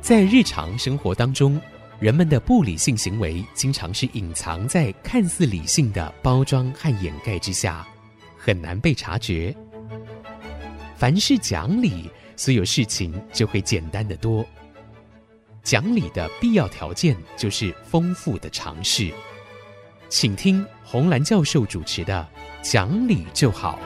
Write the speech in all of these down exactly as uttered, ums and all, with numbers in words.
在日常生活当中，人们的不理性行为经常是隐藏在看似理性的包装和掩盖之下，很难被察觉。凡事讲理，所有事情就会简单得多。讲理的必要条件就是丰富的常识。请听洪兰教授主持的《讲理就好》。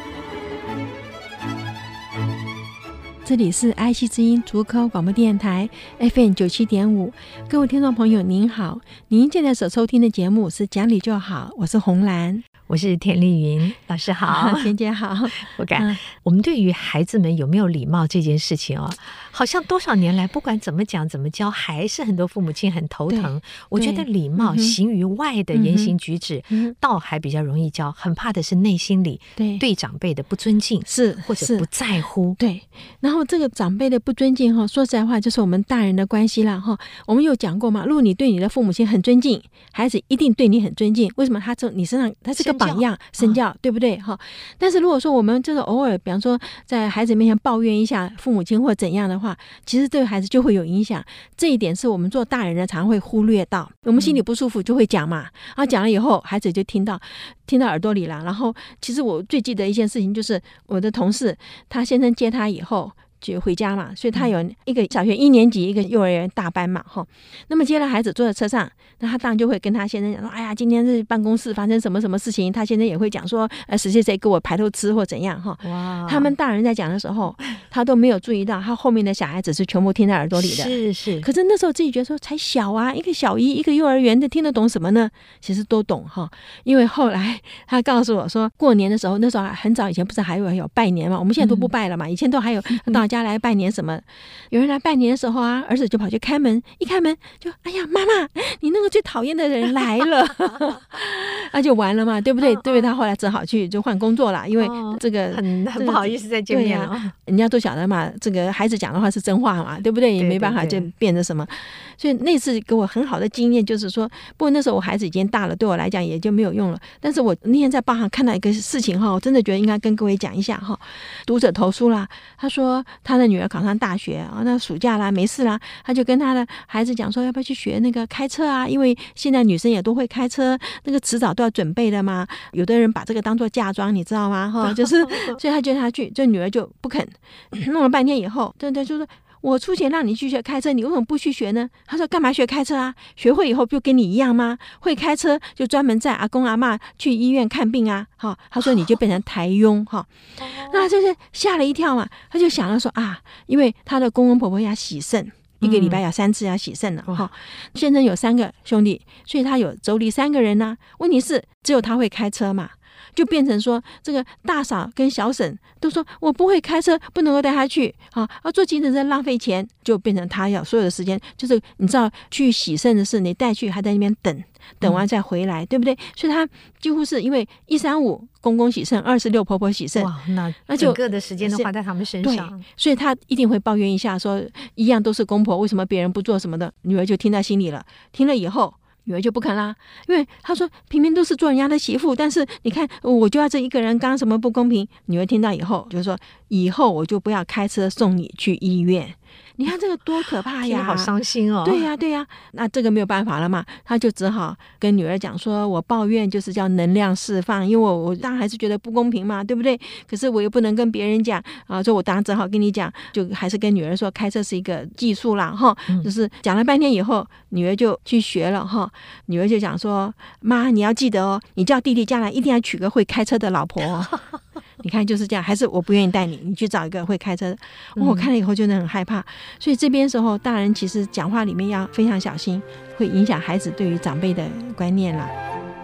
这里是 I C 之音竹科广播电台 F M 九七点五，各位听众朋友您好，您现在所收听的节目是讲理就好，我是洪兰， 我是田丽云老师好。 田姐好。 我感、嗯、我们对于孩子们有没有礼貌这件事情哦，好像多少年来不管怎么讲怎么教，还是很多父母亲很头疼。我觉得礼貌、嗯、行于外的言行举止、嗯、倒还比较容易教，很怕的是内心里对对长辈的不尊敬， 是或者不在乎。 对，然后这个长辈的不尊敬，说实在话就是我们大人的关系啦。我们有讲过嘛，如果你对你的父母亲很尊敬，孩子一定对你很尊敬。为什么？他从你身上他是个榜样，身教、啊、对不对？但是如果说我们就是偶尔比方说在孩子面前抱怨一下父母亲或怎样的话，其实对孩子就会有影响。这一点是我们做大人的常会忽略到，我们心里不舒服就会讲嘛，然后讲了以后孩子就听到听到耳朵里了。然后其实我最记得一件事情，就是我的同事他先生接他以后就回家嘛，所以他有一个小学一年级，一个幼儿园大班嘛，哈。那么接了孩子坐在车上，那他当然就会跟他先生讲说：“哎呀，今天是办公室发生什么什么事情。”他先生也会讲说：“呃，谁谁谁给我排头吃或怎样哈。”哇！他们大人在讲的时候，他都没有注意到，他后面的小孩子是全部听在耳朵里的。 是是。 可是那时候自己觉得说才小啊，一个小一，一个幼儿园的听得懂什么呢？其实都懂哈，因为后来他告诉我说，过年的时候，那时候很早以前不是还有还有拜年嘛，我们现在都不拜了嘛，嗯、以前都还有到家来拜年什么。有人来拜年的时候啊，儿子就跑去开门，一开门就哎呀，妈妈，你那个最讨厌的人来了，那就完了嘛，对不对？对，他后来只好去就换工作了，因为这个、 哦、很很不好意思再见面了、啊。 人家都晓得嘛，这个孩子讲的话是真话嘛，对不对？也没办法就变成什么。所以那次给我很好的经验，就是说，不过那时候我孩子已经大了，对我来讲也就没有用了。但是我那天在报上看到一个事情哈，我真的觉得应该跟各位讲一下哈。读者投书啦，他说他的女儿考上大学啊，那暑假啦没事啦，他就跟他的孩子讲说，要不要去学那个开车啊？因为现在女生也都会开车，那个迟早都要准备的嘛。有的人把这个当做嫁妆，你知道吗？哈，就是，所以他叫他去，这女儿就不肯，弄了半天以后，对对，就说。我出钱让你去学开车，你为什么不去学呢？他说干嘛学开车啊？学会以后不就跟你一样吗？会开车就专门载阿公阿嬷去医院看病啊。哈，他说你就变成台佣哈，那就是吓了一跳嘛。他就想了说啊，因为他的公公婆婆要洗肾，一个礼拜要三次要洗肾了哈。先生有三个兄弟，所以他有妯娌三个人呢、啊。问题是只有他会开车嘛。就变成说，这个大嫂跟小婶都说我不会开车，不能够带他去啊，要坐计程车浪费钱，就变成他要所有的时间，就是你知道去洗肾的事，你带去还在那边等，等完再回来，嗯、对不对？所以他几乎是因为一三五公公洗肾，二十六婆婆洗肾， 哇，那那整个的时间都花在他们身上， 对，所以他一定会抱怨一下说，一样都是公婆，为什么别人不做什么的？女儿就听在心里了，听了以后。女儿就不肯啦，因为她说平平都是做人家的媳妇，但是你看我就要这一个人，刚刚什么不公平？女儿听到以后就说，以后我就不要开车送你去医院。你看这个多可怕呀！ 好伤心哦。 对呀，对呀，那这个没有办法了嘛，他就只好跟女儿讲说，我抱怨就是叫能量释放，因为我我当然还是觉得不公平嘛，对不对？可是我又不能跟别人讲啊，所以我当然只好跟你讲，就还是跟女儿说，开车是一个技术啦，哈，就是讲了半天以后，女儿就去学了哈。女儿就讲说，妈，你要记得哦，你叫弟弟将来一定要娶个会开车的老婆哦。你看就是这样，还是我不愿意带你，你去找一个会开车的。我看了以后真的很害怕，所以这边时候大人其实讲话里面要非常小心，会影响孩子对于长辈的观念啦。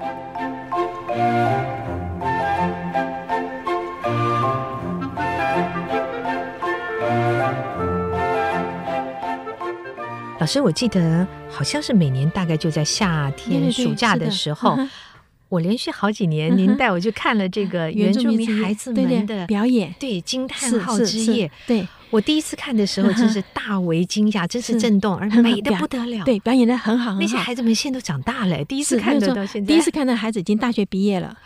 老师，我记得好像是每年大概就在夏天对对对暑假的时候。我连续好几年，您带我去看了这个原住民孩子们的表演， 对惊叹号之夜。 对， 我第一次看的时候，真是大为惊讶，真是震动，而美的不得了。 对，表演的很好， 那些孩子们现在都长大了，第一次看的到现在， 第一次看的孩子已经大学毕业了。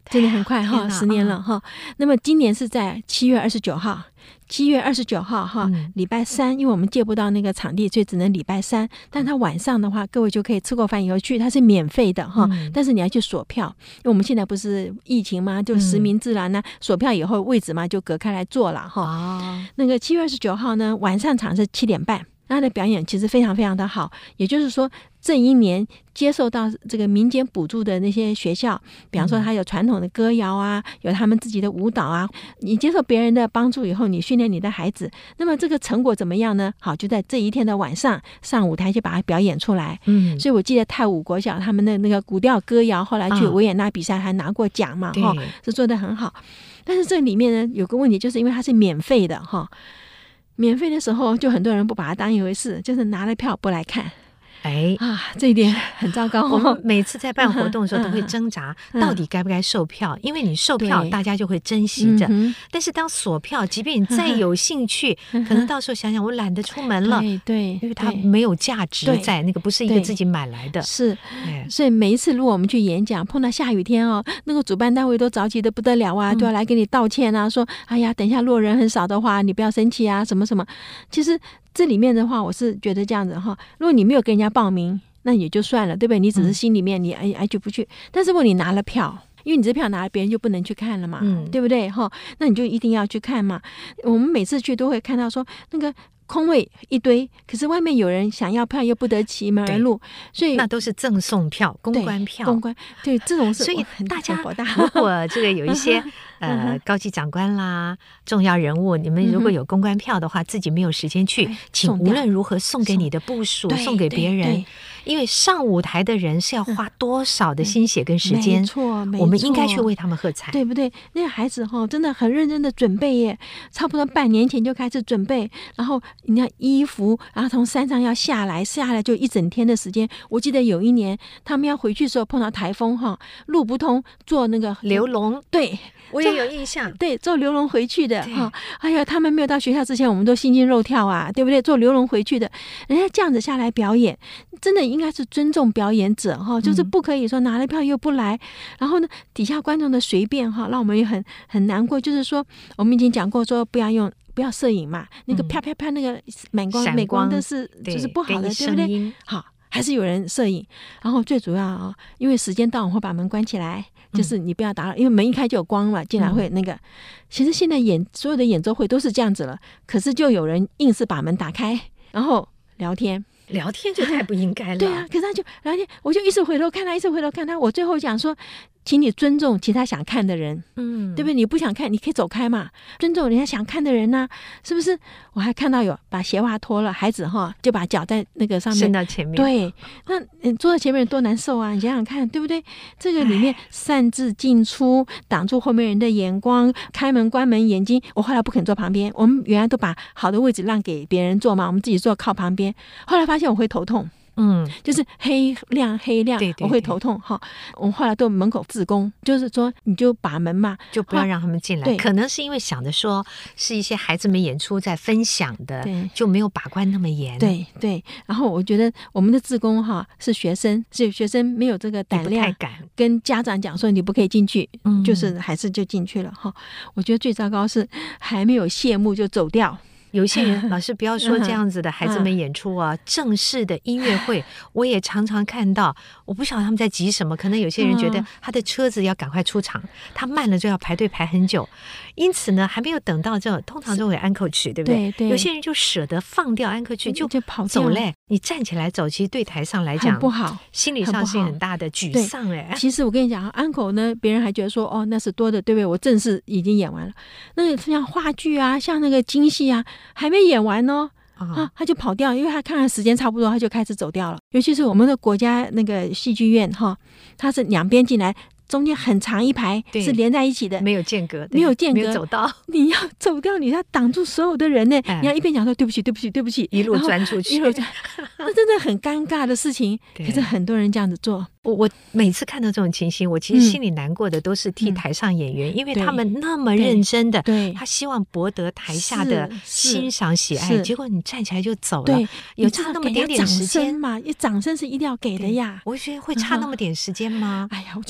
真的很快哈，十年了哈。那么今年是在七月二十九号。七月二十九号哈，礼拜三，因为我们借不到那个场地，所以只能礼拜三。但他晚上的话，各位就可以吃过饭以后去，它是免费的哈。嗯、但是你要去锁票，因为我们现在不是疫情嘛，就实名制啦，那锁票以后位置嘛就隔开来坐了哈。哦、那个七月二十九号呢，晚上场是七点半。他的表演其实非常非常的好，也就是说这一年接受到这个民间补助的那些学校，比方说他有传统的歌谣啊，有他们自己的舞蹈啊，你接受别人的帮助以后，你训练你的孩子，那么这个成果怎么样呢？好，就在这一天的晚上上舞台去把它表演出来。嗯，所以我记得泰武国小他们的那个古调歌谣后来去维也纳比赛还拿过奖嘛，哈、哦，是做得很好。但是这里面呢有个问题，就是因为它是免费的哈。免费的时候，就很多人不把它当一回事，就是拿了票不来看。哎啊，这一点很糟糕、哦。 我们每次在办活动的时候都会挣扎，嗯嗯、到底该不该售票？因为你售票，大家就会珍惜着。嗯、但是当锁票，即便你再有兴趣，嗯、可能到时候想想，我懒得出门了。 对对， 因为它没有价值在，那个不是一个自己买来的。 是，所以每一次如果我们去演讲，碰到下雨天哦，那个主办单位都着急的不得了啊，嗯、都要来给你道歉啊，说哎呀，等一下如果人很少的话，你不要生气啊，什么什么。其实这里面的话，我是觉得这样子哈，如果你没有跟人家报名，那也就算了，对不对？你只是心里面你哎哎就不去，但是如果你拿了票，因为你这票拿了，别人就不能去看了嘛，嗯、对不对哈？那你就一定要去看嘛。我们每次去都会看到说那个空位一堆，可是外面有人想要票又不得其门而入，所以那都是赠送票、公关票、 公关对这种是， 所以大家如果这个有一些呃高级长官啦、重要人物，你们如果有公关票的话，自己没有时间去，请无论如何送给你的部属，送给别人。因为上舞台的人是要花多少的心血跟时间， 没错，没错， 我们应该去为他们喝彩， 对不对？那个孩子哈、哦，真的很认真的准备耶，差不多半年前就开始准备，然后你看衣服，然后从山上要下来，下来就一整天的时间。我记得有一年他们要回去的时候碰到台风哈，路不通，坐那个流笼， 对。 我也有印象， 对，坐流笼回去的哈。哎呀，他们没有到学校之前，我们都心惊肉跳啊，对不对？坐流笼回去的，人家这样子下来表演，真的应该是尊重表演者哈，就是不可以说拿了票又不来，嗯、然后呢，底下观众的随便哈，让我们也很很难过。就是说，我们已经讲过说不要用。不要摄影嘛，那个啪啪啪那个美光美光的是就是不好的，对不对？好，还是有人摄影。然后最主要啊，因为时间到，我会把门关起来。就是你不要打扰，因为门一开就有光嘛，进来会那个。嗯、其实现在演所有的演奏会都是这样子了，可是就有人硬是把门打开，然后聊天。 聊天就太不应该了。 对啊，可是他就聊天，我就一直回头看他，一直回头看他。我最后讲说，请你尊重其他想看的人，嗯，对不对？你不想看，你可以走开嘛，尊重人家想看的人呐、啊，是不是？我还看到有把鞋袜脱了，孩子哈就把脚在那个上面伸到前面， 对，那你坐在前面多难受啊！你想想看，对不对？这个里面擅自进出，挡住后面人的眼光，开门关门，眼睛。我后来不肯坐旁边，我们原来都把好的位置让给别人坐嘛，我们自己坐靠旁边。后来发现我会头痛。嗯，就是黑亮黑亮，对对对，我会头痛哈。我们后来都门口自宫，就是说你就把门嘛， 就不要让他们进来。可能是因为想着说是一些孩子们演出在分享的，就没有把关那么严。 对对。然后我觉得我们的自宫哈是学生，是学生没有这个胆量，跟家长讲说你不可以进去，嗯、就是还是就进去了哈。我觉得最糟糕是还没有谢幕就走掉。 有些人老师不要说这样子的孩子们演出啊，正式的音乐会我也常常看到，我不晓得他们在急什么，可能有些人觉得他的车子要赶快出场，他慢了就要排队排很久，因此呢还没有等到这，通常都会安可曲，对不对？对对。有些人就舍得放掉安可曲就就跑走嘞，你站起来走，其实对台上来讲不好， 心理上是很大的沮丧哎。 其实我跟你讲，安可呢，别人还觉得说哦那是多的，对不对？我正式已经演完了，那个像话剧啊，像那个京戏啊。还没演完呢、哦，啊，他就跑掉，因为他看看时间差不多，他就开始走掉了。尤其是我们的国家那个戏剧院哈，它是两边进来，中间很长一排是连在一起的， 没有间隔， 没有间隔， 没有走道。 你要走掉，你要挡住所有的人呢。哎、你要一边讲说对不起，对不起，对不起， 一路钻出去， 那真的很尴尬的事情。可是很多人这样子做。 我我每次看到这种情形，我其实心里难过的都是替台上演员，嗯、因为他们那么认真的， 对， 他希望博得台下的欣赏喜爱，结果你站起来就走了，有差那么点点时间嘛？掌声是一定要给的呀。 我觉得会差那么点时间吗？ 哎呀，我就是不晓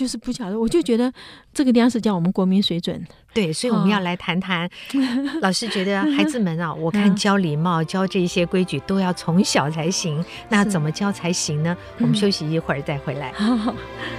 晓得，我就觉得这个地方是叫我们国民水准。 对，所以我们要来谈谈、哦、老师觉得孩子们啊，我看教礼貌、教这些规矩都要从小才行，那怎么教才行呢？我们休息一会儿再回来。 好。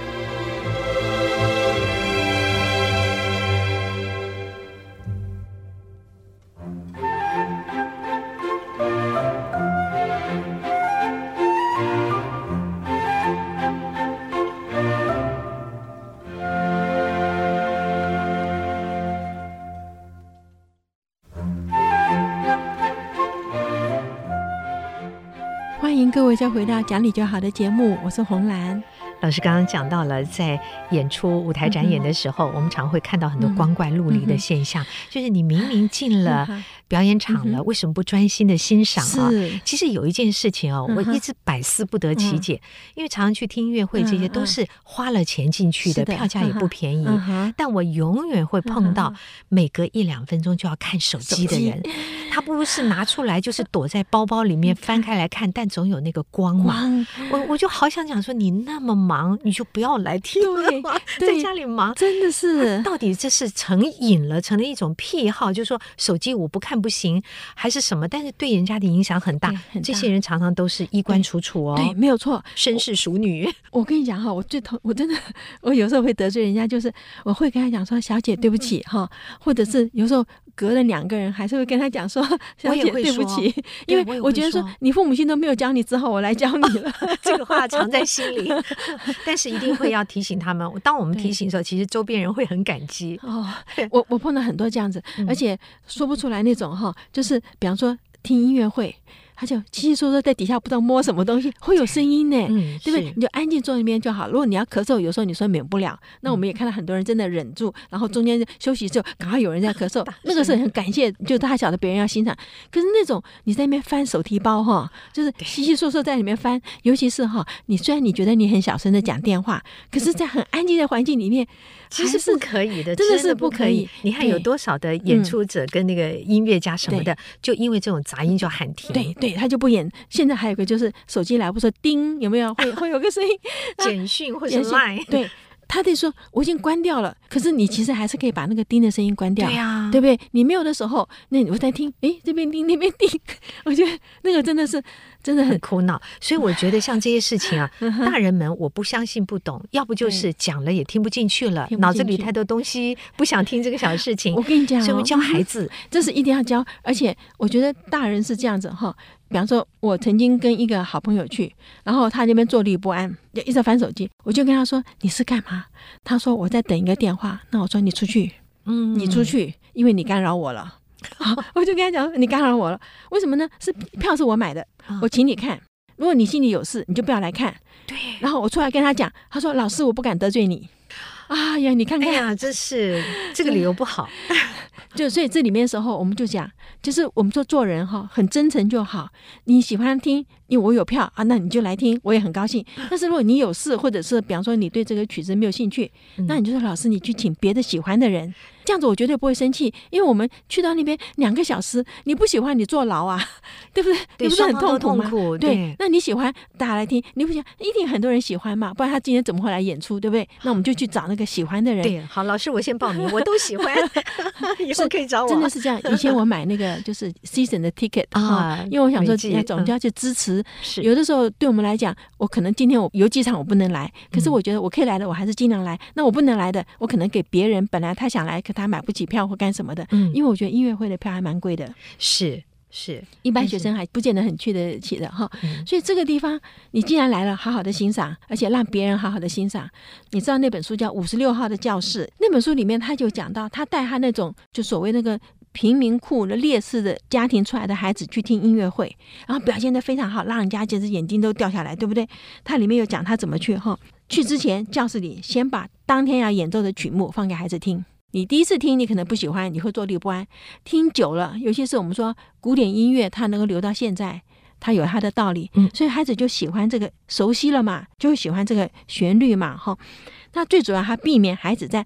欢迎各位再回到讲理就好的节目，我是洪兰。 老师刚刚讲到了，在演出舞台展演的时候、嗯、我们常会看到很多光怪陆离的现象、嗯、就是你明明进了表演场了、嗯、为什么不专心的欣赏啊？其实有一件事情哦，我一直百思不得其解、嗯、因为常常去听音乐会，这些都是花了钱进去的，票价也不便宜、嗯、但我永远会碰到每隔一两分钟就要看手机的人，他不是拿出来就是躲在包包里面翻开来看，但总有那个光嘛，我我就好想讲说，你那么忙你就不要来听了嘛，在家里忙真的是， 到底这是成瘾了，成了一种癖好，就是说手机我不看不行还是什么，但是对人家的影响很大，很大，这些人常常都是衣冠楚楚哦， 对，没有错， 绅士淑女。 我, 我跟你讲哈，我最头我真的我有时候会得罪人家，就是我会跟他讲说小姐对不起哈、嗯，或者是有时候隔了两个人还是会跟他讲说小姐对不起，因为我觉得说你父母亲都没有教你，只好我来教你了这个话藏在心里但是一定会要提醒他们，当我们提醒的时候，其实周边人会很感激哦。我我碰到很多这样子、嗯、而且说不出来那种哈，就是比方说听音乐会，他就稀稀疏疏在底下不知道摸什么东西，会有声音呢、嗯、对不对？你就安静坐那边就好。如果你要咳嗽，有时候你说免不了，那我们也看到很多人真的忍住，然后中间休息之后赶快有人在咳嗽，那个是很感谢，就他晓得别人要欣赏。可是那种你在那边翻手提包哈，就是稀稀疏疏在里面翻，尤其是哈，你虽然你觉得你很小声的讲电话，可是在很安静的环境里面其实是不可以的， 真的是不可以。 你看有多少的演出者跟那个音乐家什么的、嗯、就因为这种杂音就喊停， 对对，他就不演。现在还有个就是手机来不说叮，有没有会会有个声音简讯或者 Line， 对，他得说我已经关掉了，可是你其实还是可以把那个叮的声音关掉， 对呀、啊， 对不对？你没有的时候，那我在听，诶，这边叮那边叮，我觉得那个真的是真的很苦恼。所以我觉得像这些事情啊大人们我不相信不懂，要不就是讲了也听不进去了，脑子里太多东西不想听这个小事情。 我跟你讲、哦、 所以教孩子这是一定要教，而且我觉得大人是这样子哈。比方说我曾经跟一个好朋友去，然后他那边坐立不安，就一直翻手机，我就跟他说你是干嘛？他说我在等一个电话。那我说你出去，嗯，你出去，因为你干扰我了好，我就跟他讲你干扰我了，为什么呢？是票是我买的，我请你看，如果你心里有事你就不要来看。 对， 然后我出来跟他讲，他说老师我不敢得罪你。啊呀，你看看， 哎呀，这是这个理由不好就所以这里面的时候我们就讲，就是我们说做人哈，很真诚就好。你喜欢听，因为我有票啊，那你就来听，我也很高兴。但是如果你有事，或者是比方说你对这个曲子没有兴趣、嗯、那你就说老师你去请别的喜欢的人，这样子我绝对不会生气。因为我们去到那边两个小时，你不喜欢你坐牢啊，对不对？ 对， 你不是很痛苦吗？ 痛苦对, 对， 那你喜欢大家来听，你不喜欢一定很多人喜欢嘛，不然他今天怎么会来演出，对不对？那我们就去找那个喜欢的人。 对，好，老师我先报名，我都喜欢以后可以找我。 真的是这样。以前我买那个就是 season 的 ticket 啊，因为我想说总就要去支持、嗯、有的时候对我们来讲，我可能今天我有几场我不能来，可是我觉得我可以来的我还是尽量来、嗯、那我不能来的我可能给别人，本来他想来可他买不起票或干什么的、嗯、因为我觉得音乐会的票还蛮贵的， 是是一般学生还不见得很去得起的哈、嗯，所以这个地方你既然来了，好好的欣赏，而且让别人好好的欣赏。你知道那本书叫五十六号的教室，那本书里面他就讲到，他带他那种就所谓那个贫民窟的劣势的家庭出来的孩子去听音乐会，然后表现得非常好，让人家简直眼睛都掉下来，对不对？他里面有讲他怎么去哈，去之前教室里先把当天要演奏的曲目放给孩子听。你第一次听你可能不喜欢，你会坐立不安，听久了，尤其是我们说古典音乐它能够留到现在，它有它的道理，所以孩子就喜欢这个，熟悉了嘛，就会喜欢这个旋律嘛哈。那最主要他避免孩子在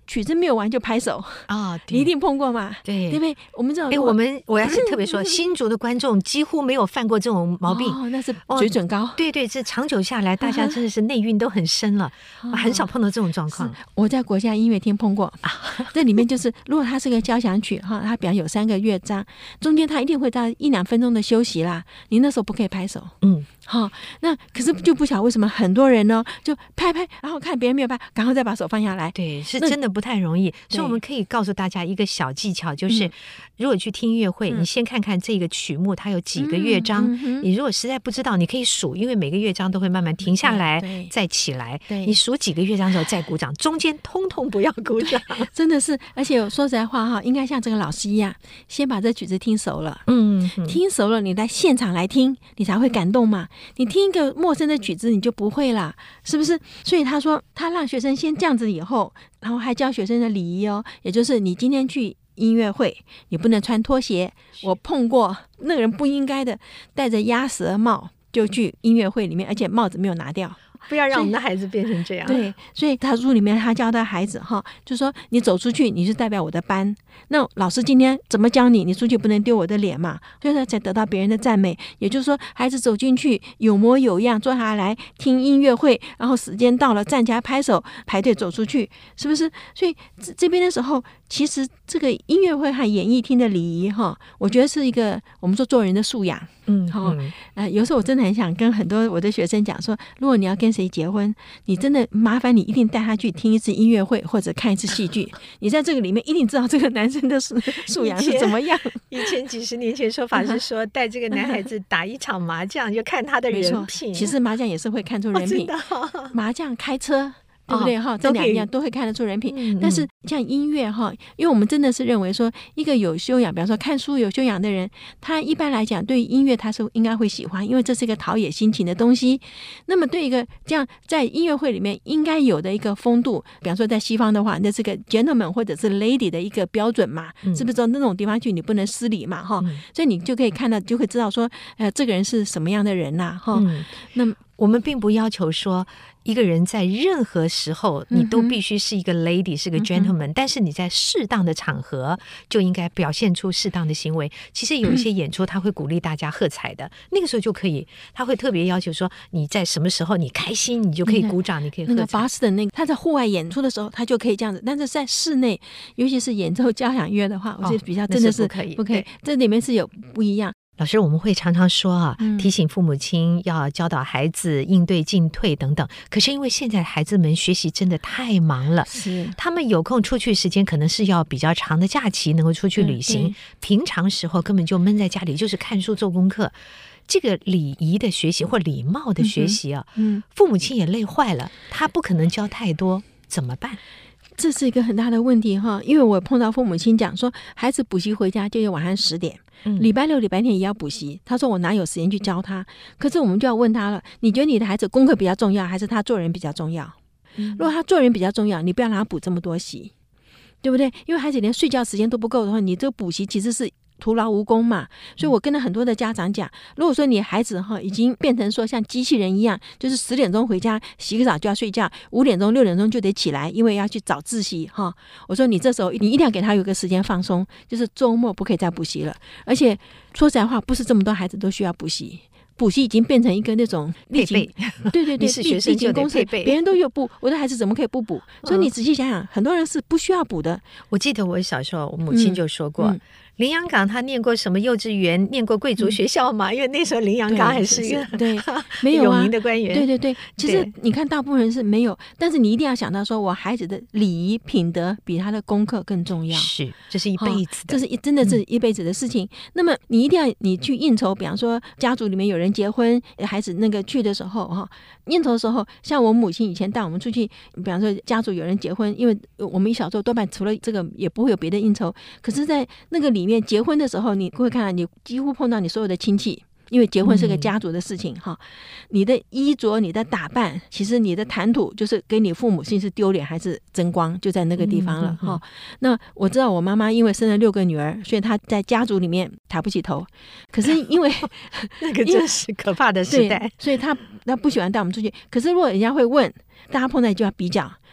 曲子没有完就拍手啊、哦， 你一定碰过嘛？ 对， 对不对？我们这种， 哎，我们我要是特别说，新竹的观众几乎没有犯过这种毛病， 哦，那是水准高。 哦、对对，这长久下来，大家真的是内蕴都很深了，哦、很少碰到这种状况。 我在国家音乐厅碰过，啊、这里面就是如果它是个交响曲哈，它比方有三个乐章，中间它一定会到一两分钟的休息啦，你那时候不可以拍手，嗯。好、哦，那可是就不晓得为什么很多人呢就拍拍，然后看别人没有拍，赶快再把手放下来。 对，是真的不太容易。所以我们可以告诉大家一个小技巧，就是、嗯、如果去听音乐会、嗯，你先看看这个曲目它有几个乐章、嗯嗯，你如果实在不知道，你可以数，因为每个乐章都会慢慢停下来，再起来。你数几个乐章之后再鼓掌，中间通通不要鼓掌。 真的是，而且说实在话哈，应该像这个老师一样，先把这曲子听熟了，嗯，嗯听熟了，你来现场来听，你才会感动嘛。你听一个陌生的曲子你就不会啦，是不是？所以他说他让学生先这样子以后，然后还教学生的礼仪哦，也就是你今天去音乐会你不能穿拖鞋，我碰过那个人不应该的戴着鸭舌帽就去音乐会里面，而且帽子没有拿掉， 不要让我们的孩子变成这样。 对，所以他书里面他教的孩子哈，就说你走出去你是代表我的班，那老师今天怎么教你，你出去不能丢我的脸嘛，所以他才得到别人的赞美。也就是说孩子走进去有模有样坐下来听音乐会，然后时间到了站起来拍手排队走出去，是不是？所以这边的时候其实这个音乐会和演艺厅的礼仪哈，我觉得是一个我们说做人的素养。嗯，好、嗯，呃，有时候我真的很想跟很多我的学生讲说，如果你要跟谁结婚，你真的麻烦你一定带他去听一次音乐会或者看一次戏剧，你在这个里面一定知道这个男生的素素养是怎么样。 以前几十年前说法是说，带这个男孩子打一场麻将，就看他的人品。 其实麻将也是会看出人品， 哦哦、 麻将、开车。对不对哈？这两样都会看得出人品。嗯、但是像音乐哈，因为我们真的是认为说，一个有修养，比方说看书有修养的人，他一般来讲对音乐他是应该会喜欢，因为这是一个陶冶心情的东西。那么对一个这样在音乐会里面应该有的一个风度，比方说在西方的话，那是个 gentleman 或者是 lady 的一个标准嘛，嗯、是不是？那种地方去你不能失礼嘛，哈、嗯。所以你就可以看到，就会知道说，呃，这个人是什么样的人呐，哈。嗯、 那么我们并不要求说一个人在任何时候你都必须是一个 lady、嗯、是个 gentleman、嗯、但是你在适当的场合就应该表现出适当的行为。其实有一些演出他会鼓励大家喝彩的、嗯、那个时候就可以，他会特别要求说你在什么时候你开心你就可以鼓掌、嗯、你可以喝彩。 那个巴斯的那个他在户外演出的时候他就可以这样子，但是在室内尤其是演奏交响乐的话、哦、我觉得比较真的是不可以， 不可以，这里面是有不一样。 老师，我们会常常说啊，提醒父母亲要教导孩子应对进退等等。可是因为现在孩子们学习真的太忙了， 是他们有空出去时间可能是要比较长的假期能够出去旅行，平常时候根本就闷在家里，就是看书做功课。这个礼仪的学习或礼貌的学习啊，嗯，父母亲也累坏了，他不可能教太多，怎么办？ 这是一个很大的问题哈，因为我碰到父母亲讲说，孩子补习回家就要晚上十点，嗯、礼拜六、礼拜天也要补习。他说我哪有时间去教他？可是我们就要问他了，你觉得你的孩子功课比较重要，还是他做人比较重要？嗯、如果他做人比较重要，你不要让他补这么多习，对不对？因为孩子连睡觉时间都不够的话，你这个补习其实是徒劳无功嘛。所以我跟了很多的家长讲，如果说你孩子哈已经变成说像机器人一样，就是十点钟回家洗个澡就要睡觉，五点钟六点钟就得起来，因为要去早自习哈。我说你这时候你一定要给他有个时间放松，就是周末不可以再补习了。而且说实在话，不是这么多孩子都需要补习。补习已经变成一个那种配备， 对对对， 你是学生就得配备， 别人都有补，我的孩子怎么可以不补？所以你仔细想想，很多人是不需要补的。 我记得我小时候，我母亲就说过。嗯嗯林洋港他念过什么幼稚园？念过贵族学校吗？嗯、因为那时候林洋港还是一个对没有、啊、 有名的官员。 对对对，其实你看大部分人是没有，但是你一定要想到说，我孩子的礼仪品德比他的功课更重要。 是，这是一辈子的， 这是一真的是一辈子的事情。嗯、那么你一定要你去应酬，比方说家族里面有人结婚，孩子那个去的时候哈，应酬的时候，像我母亲以前带我们出去，比方说家族有人结婚，因为我们小时候多半除了这个也不会有别的应酬，可是在那个里面。结婚的时候你会看到你几乎碰到你所有的亲戚，因为结婚是个家族的事情哈、嗯。你的衣着你的打扮，其实你的谈吐就是给你父母亲是丢脸还是争光，就在那个地方了哈、嗯嗯嗯。那我知道我妈妈因为生了六个女儿，所以她在家族里面抬不起头，可是因为那个真是可怕的时代， 所以她她不喜欢带我们出去。可是如果人家会问，大家碰在就要比较，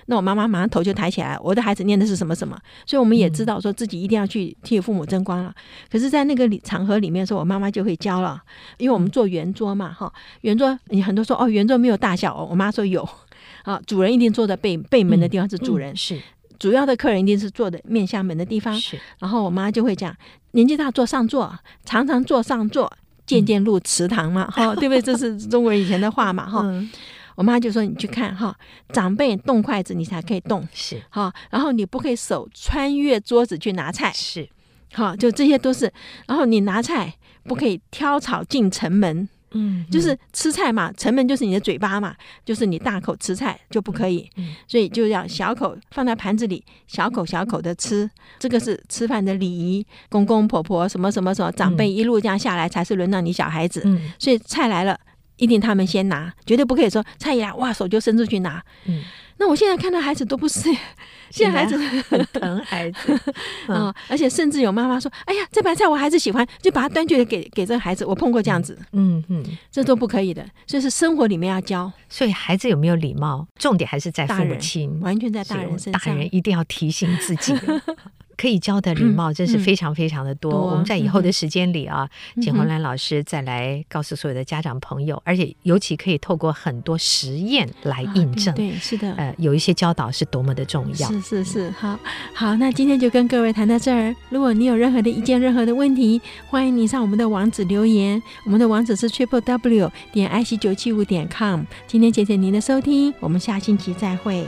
那我妈妈马上头就抬起来，我的孩子念的是什么什么，所以我们也知道说自己一定要去替父母争光了。可是在那个场合里面的时候，我妈妈就会教了，因为我们做圆桌嘛，哈，圆桌你很多说哦，圆桌没有大小哦，我妈说有啊，主人一定坐在背背门的地方是主人， 嗯嗯、是主要的客人一定是坐的面向门的地方， 是。 然后我妈就会讲，年纪大坐上座，常常坐上座，渐渐入祠堂嘛，哈、嗯，对不对？这是中国人以前的话嘛，哈、嗯。我妈就说：“你去看哈，长辈动筷子，你才可以动， 是哈。然后你不可以手穿越桌子去拿菜， 是哈。就这些都是。然后你拿菜不可以挑草进城门，嗯，就是吃菜嘛，城门就是你的嘴巴嘛，就是你大口吃菜就不可以，嗯、所以就要小口放在盘子里，小口小口的吃。这个是吃饭的礼仪。公公婆婆什么什么什么长辈一路这样下来，才是轮到你小孩子。嗯，所以菜来了。”一定他们先拿，绝对不可以说菜一来哇手就伸出去拿。嗯，那我现在看到孩子都不是，现在孩子很疼孩子嗯、哦，而且甚至有妈妈说：“哎呀，这盘菜我孩子喜欢，就把它端去给给这个孩子。”我碰过这样子，嗯嗯，这都不可以的。所以是生活里面要教。 所以孩子有没有礼貌，重点还是在父母亲， 完全在大人身上。 大人一定要提醒自己。可以教的礼貌真是非常非常的多、嗯嗯、我们在以后的时间里啊，简洪兰老师再来告诉所有的家长朋友、嗯、而且尤其可以透过很多实验来印证、啊、 对, 对是的呃，有一些教导是多么的重要。 是是是，好好，那今天就跟各位谈到这儿。如果你有任何的意见任何的问题，欢迎你上我们的网址留言，我们的网址是 triple w 点 i c 九七五点 com。 今天谢谢您的收听，我们下星期再会。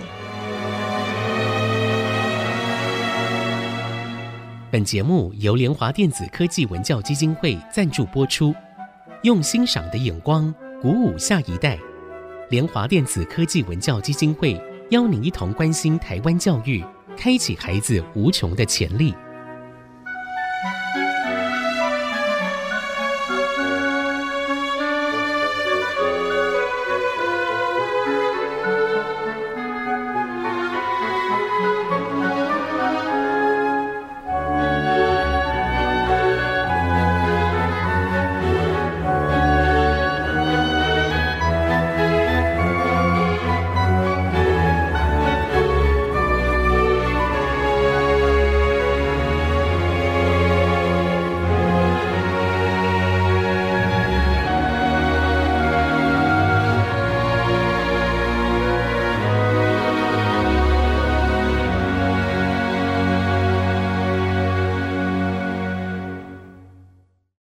本节目由联华电子科技文教基金会赞助播出，用欣赏的眼光鼓舞下一代。联华电子科技文教基金会邀您一同关心台湾教育，开启孩子无穷的潜力。